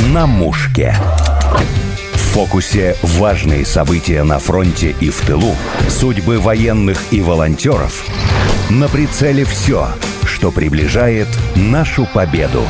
на мушке. В фокусе важные события на фронте и в тылу, судьбы военных и волонтеров. На прицеле все, что приближает нашу победу.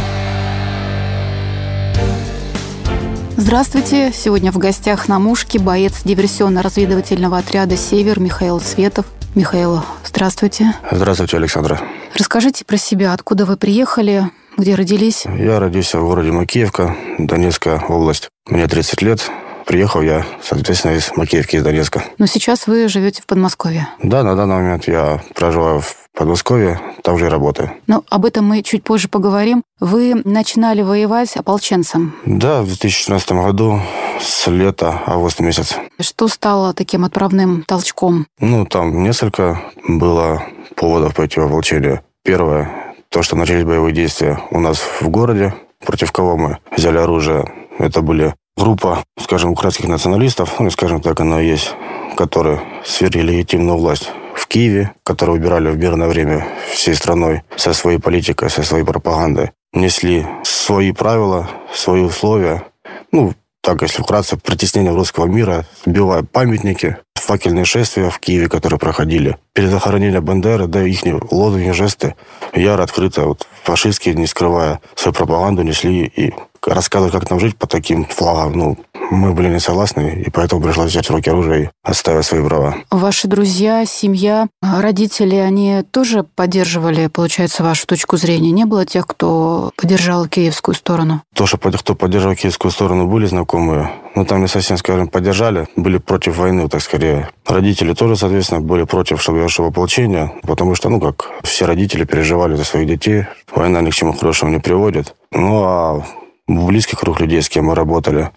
Здравствуйте! Сегодня в гостях на мушке боец диверсионно-разведывательного отряда «Север» Михаил Светов. Михаил, здравствуйте. Здравствуйте, Александра. Расскажите про себя, откуда вы приехали, где родились? Я родился в городе Макеевка, Донецкая область. Мне 30 лет. Приехал я, соответственно, из Макеевки, из Донецка. Но сейчас вы живете в Подмосковье. Да, на данный момент я проживаю в Подмосковье, там же и работаю. Но об этом мы чуть позже поговорим. Вы начинали воевать ополченцем. Да, в 2014 году, с лета, август месяц. Что стало таким отправным толчком? Там несколько было поводов пойти в ополчение. Первое, то, что начались боевые действия у нас в городе, против кого мы взяли оружие. Это были группа, скажем, украинских националистов, скажем так, оно и есть, которые свергли легитимную власть в Киеве, которые выбирали в мирное время всей страной со своей политикой, со своей пропагандой, несли свои правила, свои условия. Так, если вкратце, притеснение русского мира, сбивая памятники, факельные шествия в Киеве, которые проходили, перед захоронением Бандеры, да, их лозунги, жесты, яро, открыто, фашистские, не скрывая свою пропаганду, несли и рассказывать, как нам жить по таким флагам. Мы были не согласны, и поэтому пришлось взять в руки оружие и отстаивать свои права. Ваши друзья, семья, родители, они тоже поддерживали, получается, вашу точку зрения? Не было тех, кто поддержал киевскую сторону? Кто поддерживал киевскую сторону, были знакомые. Там не совсем, скажем, поддержали. Были против войны, так скорее. Родители тоже, соответственно, были против, чтобы я шел в ополчение. Потому что, как все родители переживали за своих детей. Война ни к чему хорошему не приводит. А близкий круг людей, с кем мы работали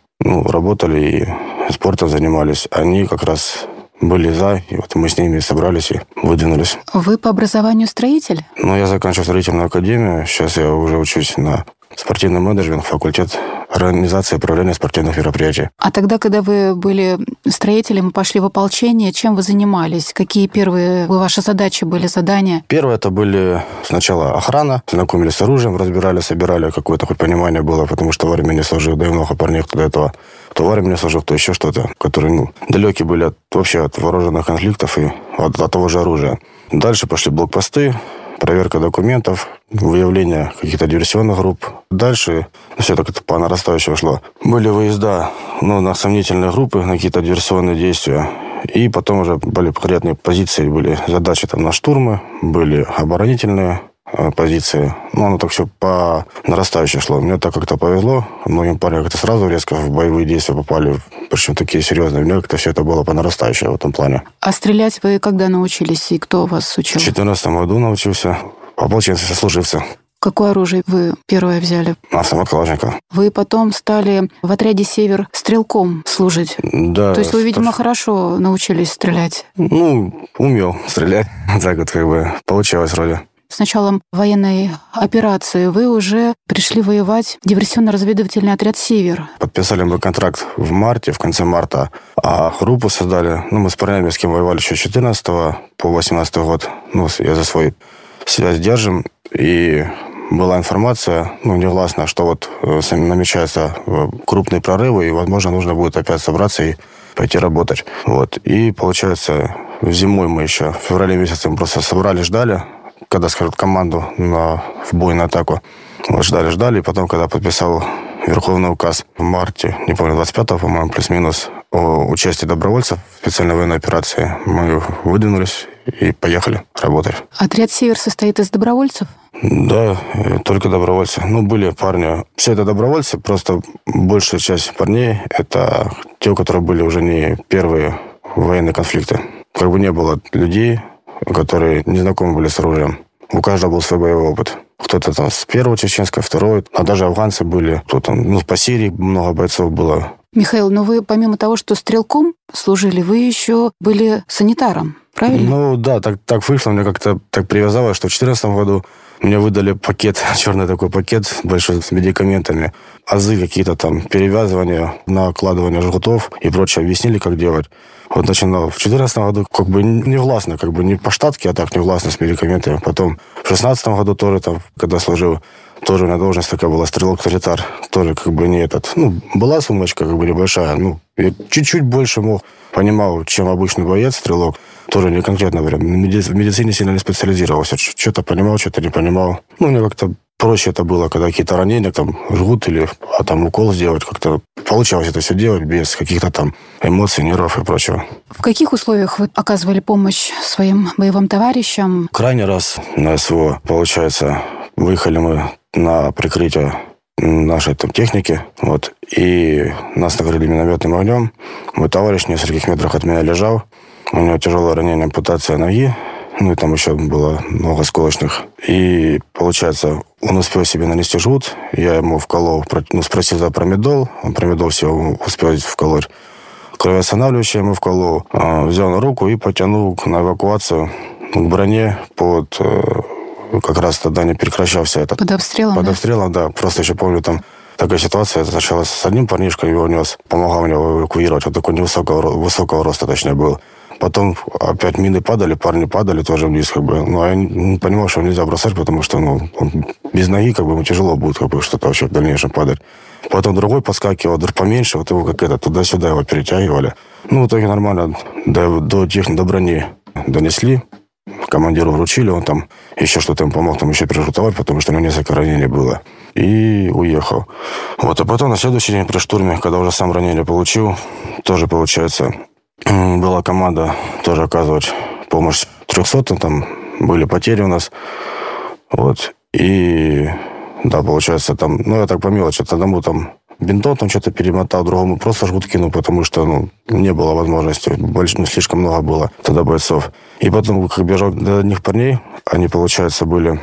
и спортом занимались, они как раз были за, и мы с ними собрались и выдвинулись. Вы по образованию строитель? Я заканчивал строительную академию, сейчас я уже учусь на спортивный менеджмент, факультет организации и управления спортивных мероприятий. А тогда, когда вы были строителем и пошли в ополчение, чем вы занимались? Какие первые ваши задачи были, задания? Первое, это были сначала охрана, знакомились с оружием, разбирали, собирали, какое-то хоть понимание было, потому что в армии не служил, да и много парней, кто до этого, кто в армии не служил, кто еще что-то, которые далекие были от вооруженных конфликтов и от того же оружия. Дальше пошли блокпосты, проверка документов, выявление каких-то диверсионных групп. Дальше все так это по нарастающему шло. Были выезда на сомнительные группы, на какие-то диверсионные действия. И потом уже были конкретные позиции, были задачи на штурмы, были оборонительные позиции. Оно так все по нарастающему шло. Мне так как-то повезло. Многим парням как-то сразу резко в боевые действия попали, причем такие серьезные. Мне как-то все это было по нарастающему в этом плане. А стрелять вы когда научились и кто вас учил? В 2014 году научился. Ополченец, сослуживца. Какое оружие вы первое взяли? Автомат Калашникова. Вы потом стали в отряде «Север» стрелком служить? Да. То есть вы, видимо, хорошо научились стрелять? Умел стрелять. Так получалось вроде. С началом военной операции вы уже пришли воевать в диверсионно-разведывательный отряд «Север». Подписали мы контракт в конце марта, а группу создали. Мы с парнями, с кем воевали еще с 14 по 18 год. Я за свой связь держим. И была информация, негласная, что намечаются крупные прорывы, и, возможно, нужно будет опять собраться и пойти работать. И, получается, зимой мы еще, в феврале месяце мы просто собрали, ждали, когда скажут команду в бой, на атаку. Ждали, и потом, когда подписал Верховный указ в марте, не помню, 25-го, по-моему, плюс-минус, о участии добровольцев в специальной военной операции, мы выдвинулись и поехали работать. Отряд «Север» состоит из добровольцев? Да, только добровольцы. Были парни. Все это добровольцы, просто большая часть парней – это те, у которых были уже не первые военные конфликты. Не было людей, которые не знакомы были с оружием. У каждого был свой боевой опыт. Кто-то с первого чеченского, второй, а даже афганцы были. Кто-то, по Сирии много бойцов было. Михаил, вы помимо того, что стрелком служили, вы еще были санитаром, правильно? Да, так вышло. Мне как-то так привязалось, что в 2014 году мне выдали пакет, черный такой пакет большой с медикаментами. Азы какие-то перевязывания, накладывания жгутов и прочее. Объяснили, как делать. Начинал в 2014 году невластно, не по штатке, а так невластно с медикаментами. Потом в 2016 году тоже, когда служил, Тоже у меня должность такая была, стрелок-санитар. Тоже как бы не этот... Ну, была сумочка как бы небольшая. Ну, я чуть-чуть больше понимал, чем обычный боец, стрелок. Тоже не конкретно, прям, в медицине сильно не специализировался. Что-то понимал, что-то не понимал. Ну, мне как-то проще это было, когда какие-то ранения там жгут или там укол сделать. Как-то получалось это все делать без каких-то там эмоций, нервов и прочего. В каких условиях вы оказывали помощь своим боевым товарищам? Крайний раз на СВО, получается, выехали мы на прикрытие нашей там техники, вот, и нас накрыли минометным огнем. Мой товарищ в нескольких метрах от меня лежал. У него тяжелое ранение, ампутация ноги. Ну, и там еще было много осколочных. И, получается, он успел себе нанести жгут. Я ему вколол, спросил за промедол. Он промедол все успел вколоть. Кровоостанавливающее ему вколол. Взял на руку и потянул на эвакуацию к броне под... Как раз тогда не прекращался этот... Под обстрелом, Под обстрелом, да. Просто еще помню, там такая ситуация. Это началось с одним парнишкой, его нес. Помогал мне эвакуировать. Он такой высокого роста, точнее, был. Потом опять мины падали, парни падали тоже вниз, как бы. Ну, а я не понимал, что нельзя бросать, потому что, он без ноги, как бы, ему тяжело будет, как бы, что-то вообще в дальнейшем падать. Потом другой подскакивал, поменьше, вот его как это, туда-сюда его перетягивали. Ну, в итоге нормально до брони донесли. Командиру вручили, он там еще что-то им помог, там еще пережутовать, потому что у него несколько ранений было. И уехал. Вот, а потом на следующий день при штурме, когда уже сам ранение получил, тоже, получается, была команда тоже оказывать помощь 300-м, там были потери у нас. Вот. И, да, получается, там, ну, я так по мелочи, одному там бинтом там что-то перемотал, другому просто жгут кинул, потому что, не было возможности. Слишком много было тогда бойцов. И потом, как бежал до одних парней, они, получается, были,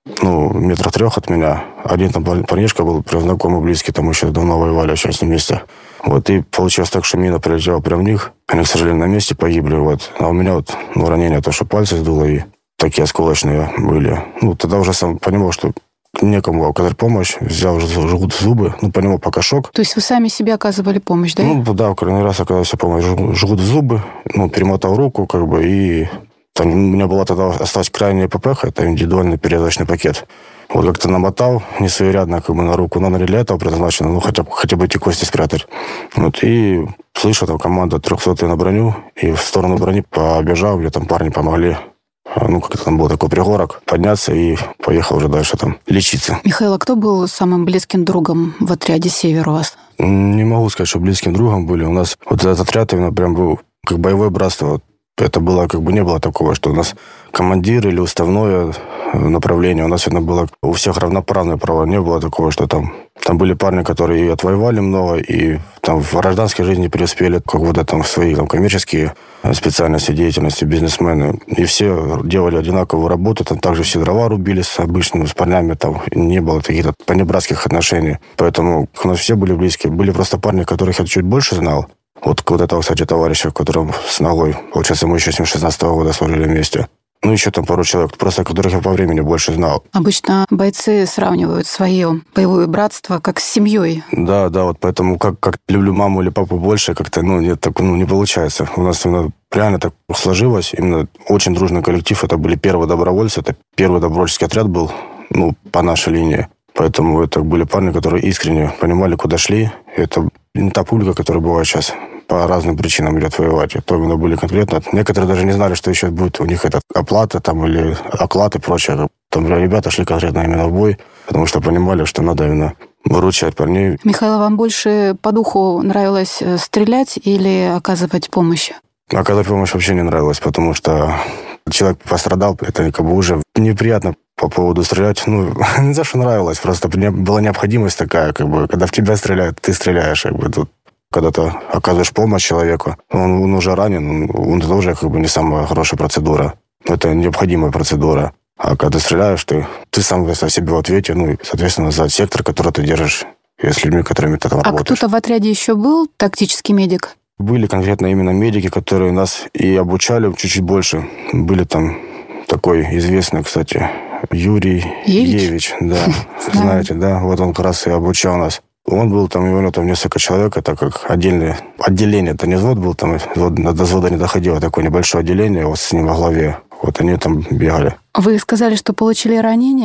метрах 3 от меня. Один там парнишка был прям знакомый, близкий, там еще давно воевали, еще с ним вместе. Вот, и получилось так, что мина прилетела прямо в них. Они, к сожалению, на месте погибли, вот. А у меня ранение, то, что пальцы сдуло, и такие осколочные были. Тогда уже сам понимал, что некому оказать помощь, взял жгут в зубы, понимал пока шок. То есть вы сами себе оказывали помощь, да? Да, в крайний раз оказал себе помощь. Жгут в зубы, перемотал руку, как бы, и там у меня была тогда осталась крайняя ППХ, это индивидуальный перевязочный пакет. Вот как-то намотал несуерядно, как бы, на руку, но для этого предназначено, хотя бы эти кости спрятать. Вот, и слышу, там команда 300-й на броню, и в сторону брони побежал, где там парни помогли. Как-то там был такой пригорок, подняться и поехал уже дальше там лечиться. Михаил, а кто был самым близким другом в отряде «Север» у вас? Не могу сказать, что близким другом были. У нас вот этот отряд именно прям был как боевое братство. Это было, как бы, не было такого, что у нас командир или уставное направление. У нас это было у всех равноправное право. Не было такого, что там были парни, которые и отвоевали много, и там в гражданской жизни преуспели, как вот там в свои там коммерческие специальности, деятельности, бизнесмены. И все делали одинаковую работу. Там также все дрова рубили с обычными, с парнями. Там не было таких понебратских отношений. Поэтому у нас все были близкие. Были просто парни, которых я чуть больше знал. Вот этого, кстати, товарища, которым с ногой, получается, мы еще с ним 16-го года служили вместе. Еще там пару человек, просто которых я по времени больше знал. Обычно бойцы сравнивают свое боевое братство как с семьей. Да, вот поэтому как люблю маму или папу больше, как-то, не получается. У нас именно реально так сложилось. Именно очень дружный коллектив. Это были первые добровольцы. Это первый добровольческий отряд был, по нашей линии. Поэтому это были парни, которые искренне понимали, куда шли. Это не та публика, которая бывает сейчас по разным причинам идет воевать. Это именно были конкретно. Некоторые даже не знали, что еще будет у них оплата там, или оклад и прочее. Там ребята шли конкретно именно в бой, потому что понимали, что надо именно выручать парней. Михаил, вам больше по духу нравилось стрелять или оказывать помощь? Оказывать помощь вообще не нравилось, потому что человек пострадал, это как бы уже неприятно по поводу стрелять. Не за что нравилось, просто была необходимость такая, как бы, когда в тебя стреляют, ты стреляешь, как бы, тут. Когда ты оказываешь помощь человеку, он уже ранен, это уже как бы не самая хорошая процедура. Это необходимая процедура. А когда ты стреляешь, ты сам за себя в ответе, соответственно, за сектор, который ты держишь, и с людьми, которыми ты там работаешь. А кто-то в отряде еще был тактический медик? Были конкретно именно медики, которые нас и обучали чуть-чуть больше. Были там такой известный, кстати, Юрий Евич, да, знаете, да, вот он как раз и обучал нас. Он был там, у него там несколько человек, это как отдельное отделение, это не взвод был, там до взвода не доходило, такое небольшое отделение, вот с ним во главе, вот они там бегали. Вы сказали, что получили ранения.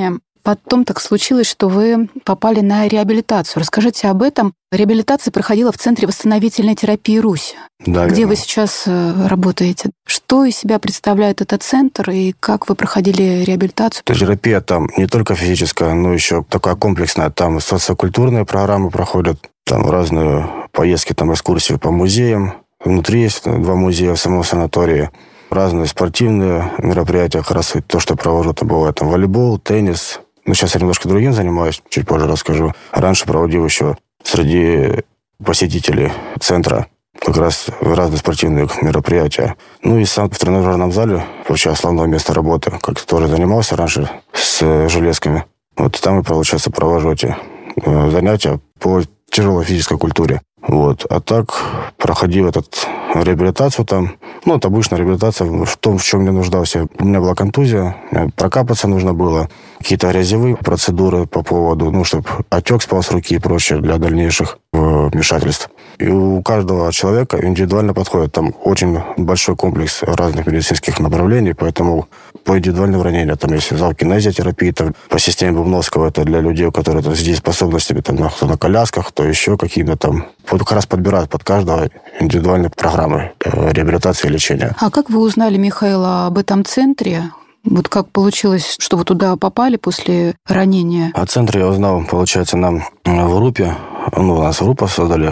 потом так случилось, что вы попали на реабилитацию. Расскажите об этом. Реабилитация проходила в Центре восстановительной терапии «Русь», Да, где верно. вы сейчас работаете. Что из себя представляет этот центр и как вы проходили реабилитацию? Терапия там не только физическая, но еще такая комплексная. Там социокультурные программы проходят, там разные поездки, там экскурсии по музеям. Внутри есть 2 музея в самом санатории. Разные спортивные мероприятия, как раз то, что провожу, там бывает там волейбол, теннис. Ну, сейчас я немножко другим занимаюсь, чуть позже расскажу. Раньше проводил еще среди посетителей центра как раз разные спортивные мероприятия. Ну и сам в тренажерном зале, вообще основное место работы, как тоже занимался раньше с железками. Вот там и, получается, провожу эти занятия по тяжелой физической культуре. Вот. А так, проходил реабилитацию там. Ну, это обычная реабилитация в том, в чем я нуждался. У меня была контузия, прокапаться нужно было. Какие-то грязевые процедуры по поводу, чтобы отек спал с руки и прочее для дальнейших вмешательств. И у каждого человека индивидуально подходит. Там очень большой комплекс разных медицинских направлений, поэтому по индивидуальным ранениям, там есть зал кинезиотерапии, там, по системе Бубновского, это для людей, у которых с дееспособностями, там, кто на колясках, то еще какие-то там. Вот как раз подбирают под каждого индивидуальные программы реабилитации и лечения. А как вы узнали, Михаил, об этом центре? Вот как получилось, что вы туда попали после ранения? О центре я узнал, получается, нам в группе. У нас группу создали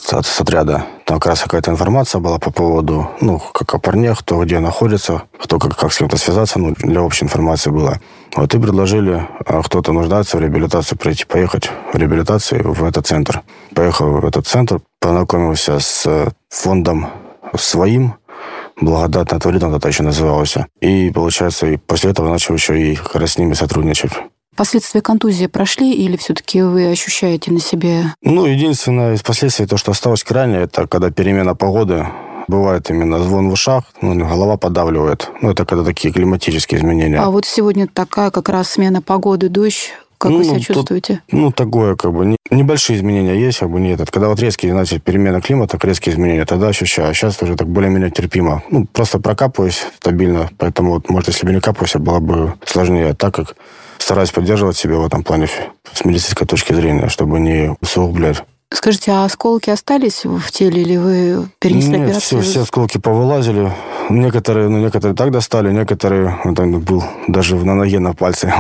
с отряда. Там как раз какая-то информация была по поводу, как о парнях, кто где находится, кто как с кем-то связаться, для общей информации было. Вот и предложили, кто-то нуждается в реабилитации, поехать в реабилитацию в этот центр. Поехал в этот центр, познакомился с фондом своим, благодатная творина, это еще называлось. И, получается, и после этого начал еще и как раз с ними сотрудничать. Последствия контузии прошли или все-таки вы ощущаете на себе? Единственное из последствий, то, что осталось крайне, это когда перемена погоды. Бывает именно звон в ушах, голова подавливает. Это когда такие климатические изменения. А вот сегодня такая как раз смена погоды, дождь. Как вы себя чувствуете? Такое, небольшие изменения есть, нет. Когда резкие, перемена климата, резкие изменения, тогда ощущаю. А сейчас уже так более-менее терпимо. Просто прокапываюсь стабильно, поэтому, может, если бы не капался, было бы сложнее. Так как стараюсь поддерживать себя в этом плане с медицинской точки зрения, чтобы не усугублять. Скажите, а осколки остались в теле или вы перенесли операцию? Все осколки повылазили. Некоторые так достали, некоторые, был даже на ноге, на пальце,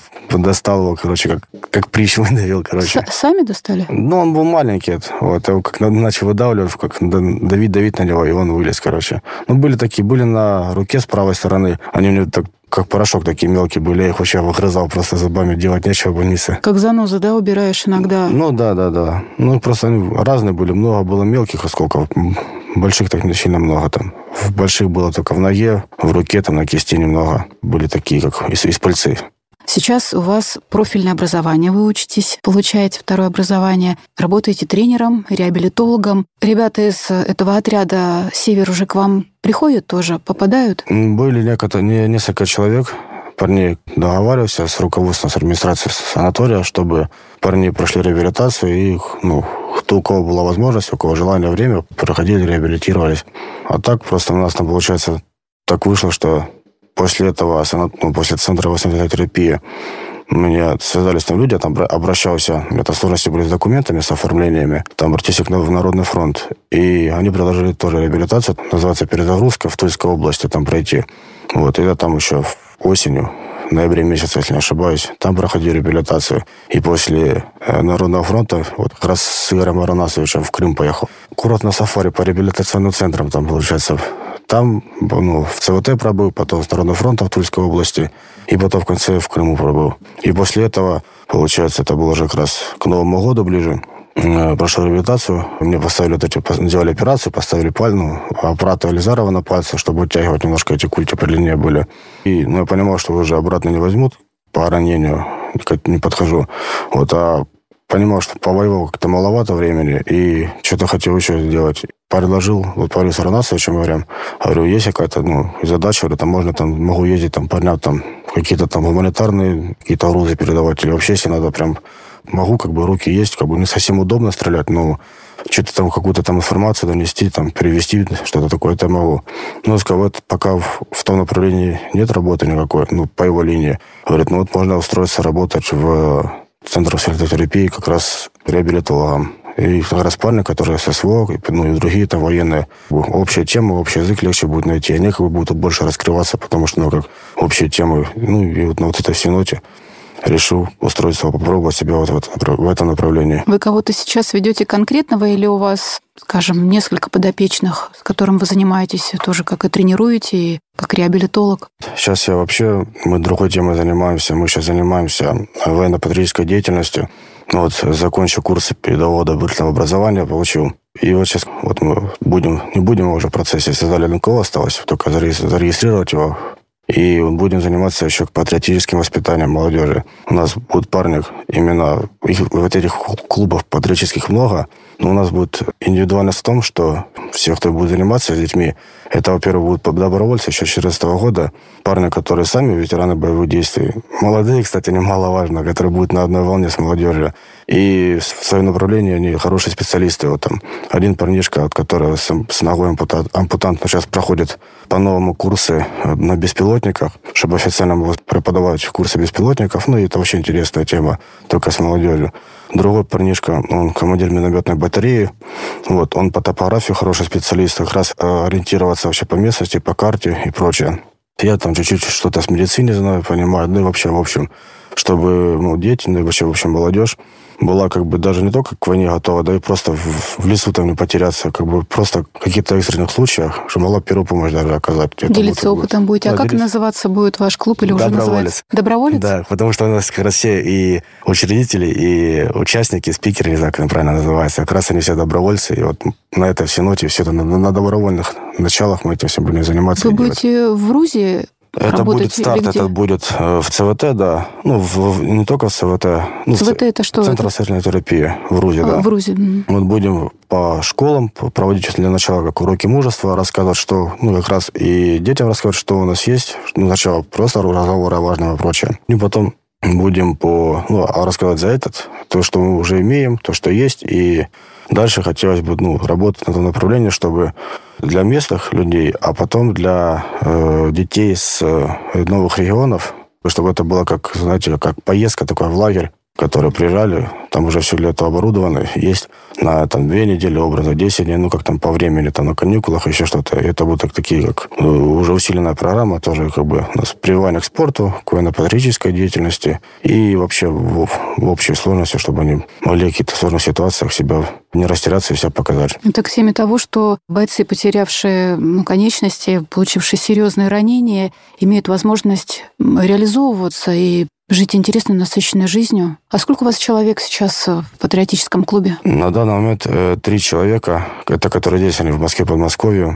достал его, как прищ выдавил, Сами достали? Он был маленький, его как начал выдавливать, как давить на него, и он вылез, были на руке с правой стороны, они у меня так как порошок такие мелкие были, я их вообще выгрызал просто зубами, делать нечего в больнице. Как занозы, да, убираешь иногда? Да. Просто они разные были, много было мелких осколков, больших так не сильно много там. В больших было только в ноге, в руке, там на кисти немного. Были такие, как из пыльцы. Сейчас у вас профильное образование, вы учитесь, получаете второе образование, работаете тренером, реабилитологом. Ребята из этого отряда «Север» уже к вам приходят тоже, попадают? Были несколько человек, парней, договаривался с руководством, с администрацией санатория, чтобы парни прошли реабилитацию и кто у кого была возможность, у кого желание, время, проходили, реабилитировались. А так просто у нас там, получается, так вышло, что после этого, после центра восстановительной терапии, меня связались там люди, я там обращался, у меня там сложности были с документами, с оформлениями, там обратились в Народный фронт. И они предложили тоже реабилитацию, называется перезагрузка, в Тульской области там пройти. И я там еще осенью, в ноябре месяце, если не ошибаюсь, там проходил реабилитацию. И после Народного фронта, как раз с Игорем Аронасовичем в Крым поехал. Курортное сафари по реабилитационным центрам, там, получается, там, в ЦВТ пробыл, потом с Народного фронта в Тульской области, и потом в конце в Крыму пробыл. И после этого, получается, это было уже как раз к Новому году ближе, прошел реабилитацию, мне сделали операцию, поставили аппарат Элизарова на пальцы, чтобы вытягивать немножко эти культи подлиннее были. И я понимал, что уже обратно не возьмут по ранению, не подхожу. А понимал, что повоевал как-то маловато времени, и что-то хотел еще сделать. Предложил, Борис Аронасовичем, говорю, есть какая-то задача, могу ездить парням, какие-то гуманитарные, какие-то грузы передавать, или вообще, если надо, прям могу, руки есть, не совсем удобно стрелять, но что-то там, какую-то там информацию донести, там, перевести, что-то такое я могу. Но сказал, вот пока в том направлении нет работы никакой, по его линии. Говорит, вот можно устроиться работать в Центр физиотерапии как раз реабилитологом. И как раз парни, которые с СВО, и другие там военные, общая тема, общий язык легче будет найти. Они будут больше раскрываться, потому что, как общие темы, и вот на вот этой всей ноте решил устроиться, попробовать себя вот в этом направлении. Вы кого-то сейчас ведете конкретного или у вас, скажем, несколько подопечных, с которым вы занимаетесь тоже как и тренируете, и как реабилитолог? Сейчас мы другой темой занимаемся. Мы сейчас занимаемся военно-патриотической деятельностью. Закончил курсы передового дополнительного образования, получил. И вот сейчас мы не будем уже в процессе, создали НКО, осталось только зарегистрировать его. И будем заниматься еще патриотическим воспитанием молодежи. У нас будут парни, именно вот этих клубов патриотических много, но у нас будет индивидуальность в том, что все, кто будет заниматься с детьми, это, во-первых, будут добровольцы еще с 2014 года, парни, которые сами ветераны боевых действий, молодые, кстати, немаловажно, которые будут на одной волне с молодежью. И в своем направлении они хорошие специалисты. Один парнишка, который с ногой ампутант, сейчас проходит по-новому курсы на беспилотниках, чтобы официально преподавать курсы беспилотников. И это вообще интересная тема, только с молодежью. Другой парнишка, он командир минометной батареи. Он по топографии хороший специалист, как раз ориентироваться вообще по местности, по карте и прочее. Я там чуть-чуть что-то с медициной знаю, понимаю, и вообще, в общем, чтобы дети, и вообще, в общем, молодежь была даже не только к войне готова, да и просто в лесу там не потеряться, просто в каких-то экстренных случаях, чтобы могла первую помощь даже оказать. Делиться опытом будете. А как называться будет ваш клуб или уже называется? Доброволец? Да, потому что у нас как раз все и учредители, и участники, спикеры, не знаю, как это правильно называется, как раз они все добровольцы, и на этой всей ноте, все это на добровольных началах мы этим всем будем заниматься. Вы будете в РУЗе? Это будет старт, это будет в ЦВТ, да. Не только в ЦВТ. ЦВТ это что? Центр осветительной терапии в РУЗе, да. В РУЗе. Будем по школам проводить для начала как уроки мужества, рассказывать, что, как раз и детям рассказывать, что у нас есть. Сначала просто разговоры о важном и прочее. И потом будем рассказывать за то, что мы уже имеем, то, что есть, и дальше хотелось бы работать на том направлении, чтобы для местных людей, а потом для детей с новых регионов, чтобы это было как поездка такая в лагерь, которые приезжали, там уже все для этого оборудовано, есть на 2 недели, образно 10 дней, по времени, на каникулах, еще что-то. И это будут уже усиленная программа, тоже у нас прививание к спорту, к военно-патриотической деятельности и вообще в общей сложности, чтобы они могли в каких-то сложных ситуациях себя не растеряться и себя показать. Это к теме того, что бойцы, потерявшие конечности, получившие серьезные ранения, имеют возможность реализовываться и жить интересной, насыщенной жизнью. А сколько у вас человек сейчас в патриотическом клубе? На данный момент 3 человека. Это которые здесь, они в Москве, Подмосковье.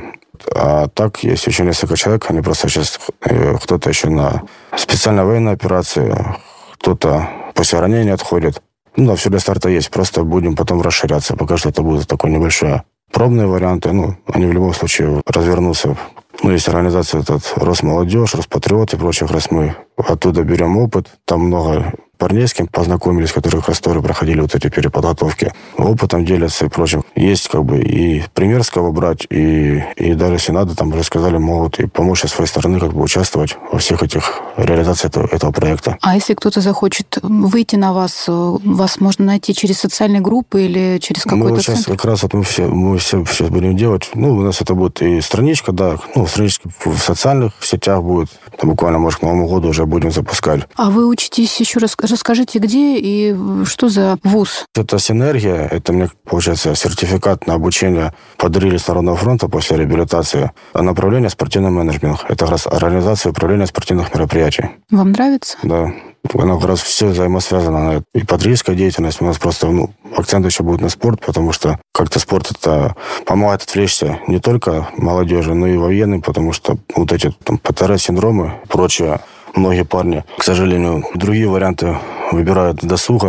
А так, есть еще несколько человек. Они просто сейчас, кто-то еще на специальной военной операции, кто-то после ранения отходит. Все для старта есть. Просто будем потом расширяться. Пока что это будут такой небольшие пробные варианты. Они в любом случае развернутся. Есть организация Росмолодежь, Роспатриот и прочих, раз мы оттуда берем опыт. Там много парней, с кем познакомились, которые как раз тоже проходили эти переподготовки. Опытом делятся и прочим. Есть и пример с кого брать, и даже если надо, там уже сказали, могут и помочь со своей стороны участвовать во всех этих реализациях этого проекта. А если кто-то захочет выйти на вас можно найти через социальные группы или через какой-то мы сейчас центр? Как раз мы все сейчас будем делать. У нас это будет и страничка, да, страничка в социальных сетях будет. Там буквально, может, к Новому году уже будем запускать. А вы учитесь еще раз? Расскажите, где и что за вуз? Это «Синергия». Это, мне получается, сертификат на обучение подарили с Народного фронта после реабилитации. А направление спортивный менеджмент. Это как раз организация управления спортивных мероприятий. Вам нравится? Да. Оно как раз все взаимосвязано. И патриотическая деятельность. У нас просто акцент еще будет на спорт, потому что как-то спорт это помогает отвлечься не только молодежи, но и военным, потому что эти ПТР-синдромы и прочее, многие парни, к сожалению, другие варианты выбирают досуга,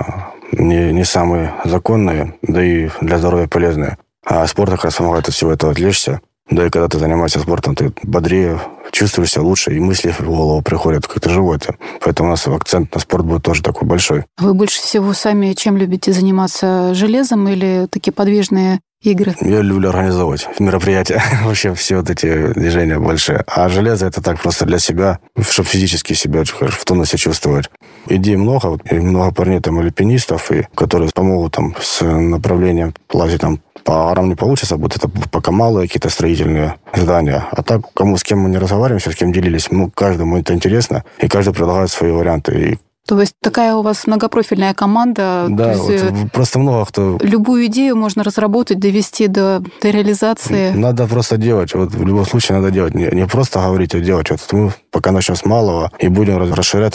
не самые законные, да и для здоровья полезные. А спорт как раз помогает от всего этого отвлечься. Да и когда ты занимаешься спортом, ты бодрее, чувствуешь себя лучше, и мысли в голову приходят, как-то живой ты. Поэтому у нас акцент на спорт будет тоже такой большой. Вы больше всего сами чем любите заниматься? Железом или такие подвижные игры? Я люблю организовывать мероприятия, вообще все вот эти движения большие. А железо это так просто для себя, чтобы физически себя в тонусе чувствовать. Идей много, и много парней там альпинистов, и которые помогут там с направлением лазить там по горам не получится, будет это пока малые какие-то строительные здания. А так, с кем мы не разговариваем, с кем делились, каждому это интересно, и каждый предлагает свои варианты. И То есть такая у вас многопрофильная команда. да, просто много кто... Любую идею можно разработать, довести до реализации. Надо просто делать. В любом случае надо делать. Не просто говорить, а делать. Мы пока начнем с малого и будем расширять.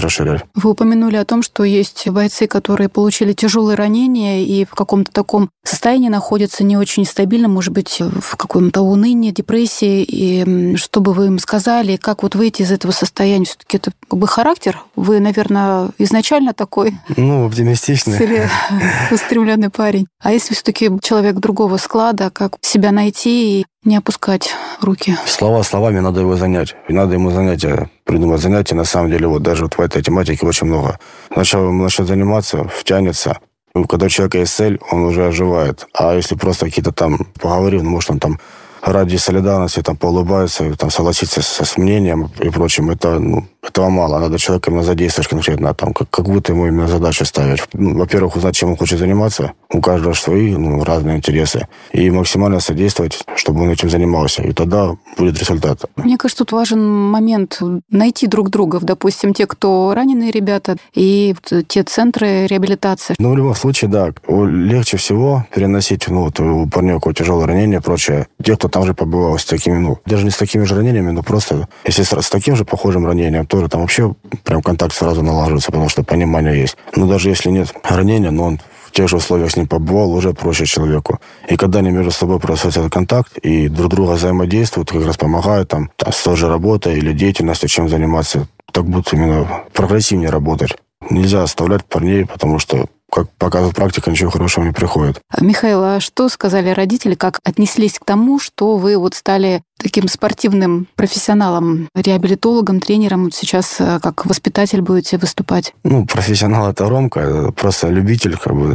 Вы упомянули о том, что есть бойцы, которые получили тяжелые ранения и в каком-то таком состоянии находятся не очень стабильно, может быть, в каком-то унынии, депрессии. И что бы вы им сказали, как выйти из этого состояния? Все-таки это характер? Вы, наверное, изначально такой оптимистичный, целеустремленный парень. А если все-таки человек другого склада, как себя найти и не опускать руки? Слова словами, надо его занять. И надо ему придумать занятия. На самом деле, даже в этой тематике очень много. Сначала начнет заниматься, втянется. Когда у человека есть цель, он уже оживает. А если просто какие-то там поговорил, может, он там ради солидарности поулыбается, согласиться с мнением и прочим, этого мало. Надо человека именно задействовать конкретно, какую ты ему именно задачу ставить. Во-первых, узнать, чем он хочет заниматься. У каждого свои разные интересы. И максимально содействовать, чтобы он этим занимался. И тогда будет результат. Мне кажется, тут важен момент найти друг друга. Допустим, те, кто раненые ребята, и те центры реабилитации. В любом случае, да. Легче всего переносить у парня у кого тяжелое ранение и прочее. Те, кто там же побывал с такими, даже не с такими же ранениями, но просто, если с таким же похожим ранением, тоже там вообще прям контакт сразу налаживается, потому что понимание есть. Но даже если нет ранения, но он в тех же условиях с ним побывал, уже проще человеку. И когда они между собой происходит этот контакт и друг друга взаимодействуют, как раз помогают с той же работой или деятельностью, чем заниматься, так будут именно прогрессивнее работать. Нельзя оставлять парней, потому что, как показывает практика, ничего хорошего не приходит. Михаил, а что сказали родители, как отнеслись к тому, что вы стали таким спортивным профессионалом, реабилитологом, тренером, сейчас как воспитатель будете выступать? Профессионал — это громко, просто любитель,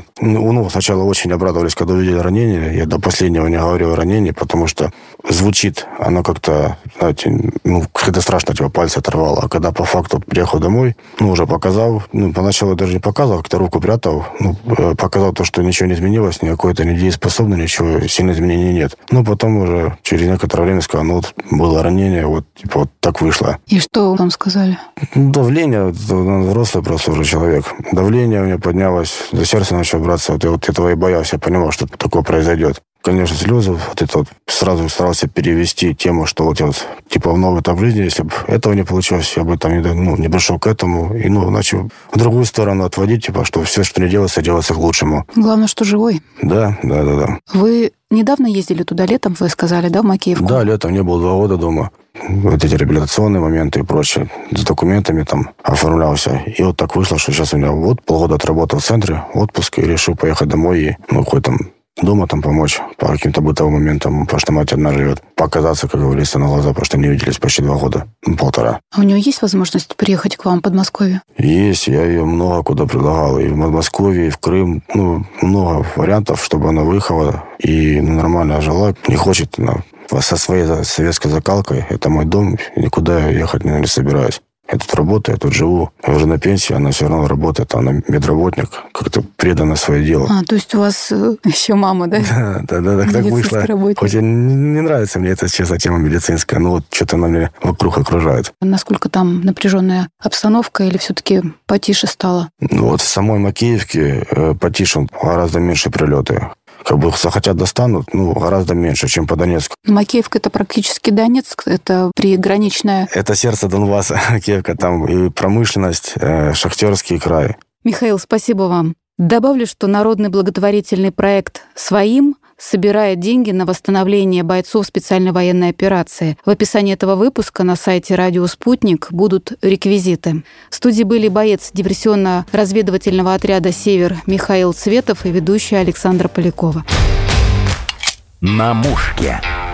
сначала очень обрадовались, когда увидели ранение. Я до последнего не говорил о ранении, потому что звучит оно как-то, знаете, когда страшно, пальцы оторвало. А когда по факту приехал домой, уже показал, поначалу даже не показывал, как-то руку прятал, показал то, что ничего не изменилось, никакой-то недееспособный, ничего, сильных изменений нет. Потом уже через некоторое время сказал, было ранение, так вышло. И что вам сказали? Давление, взрослый просто уже человек. Давление у меня поднялось, за сердце начало браться. Этого и боялся, я понимал, что такое произойдет. Конечно, слезы, сразу старался перевести тему, что в новый этап жизни, если бы этого не получилось, я бы не пришел к этому, и начал в другую сторону отводить, что все, что не делается, делается к лучшему. Главное, что живой. Да. Вы недавно ездили туда летом, вы сказали, да, в Макеевку? Да, летом, не был 2 года дома. Эти реабилитационные моменты и прочее. С документами оформлялся. И так вышло, что сейчас у меня полгода отработал в центре, отпуск, и решил поехать домой и, хоть дома помочь по каким-то бытовым моментам, потому что мать одна живет. Показаться, как говорится, на глаза, потому что не виделись почти 2 года, 1,5. А у нее есть возможность приехать к вам в Подмосковье? Есть, я ее много куда предлагал. И в Подмосковье, и в Крым. Много вариантов, чтобы она выехала и нормально жила. Не хочет со своей советской закалкой. Это мой дом, никуда я ехать не собираюсь. Я тут работаю, я тут живу. Я уже на пенсии, она все равно работает, она медработник, как-то предана свое дело. То есть у вас еще мама, да? Да, так вышло. Хоть и не нравится мне эта, честно, тема медицинская, но что-то она мне вокруг окружает. Насколько там напряженная обстановка или все-таки потише стало? В самой Макеевке потише, гораздо меньше прилеты. Захотят достанут, гораздо меньше, чем по Донецку. Макеевка — это практически Донецк, это приграничная... Это сердце Донбасса, Макеевка, там и промышленность, шахтерский край. Михаил, спасибо вам. Добавлю, что народный благотворительный проект «Своим» собирает деньги на восстановление бойцов специальной военной операции. В описании этого выпуска на сайте «Радио Спутник» будут реквизиты. В студии были боец диверсионно-разведывательного отряда «Север» Михаил Цветов и ведущая Александра Полякова. На мушке.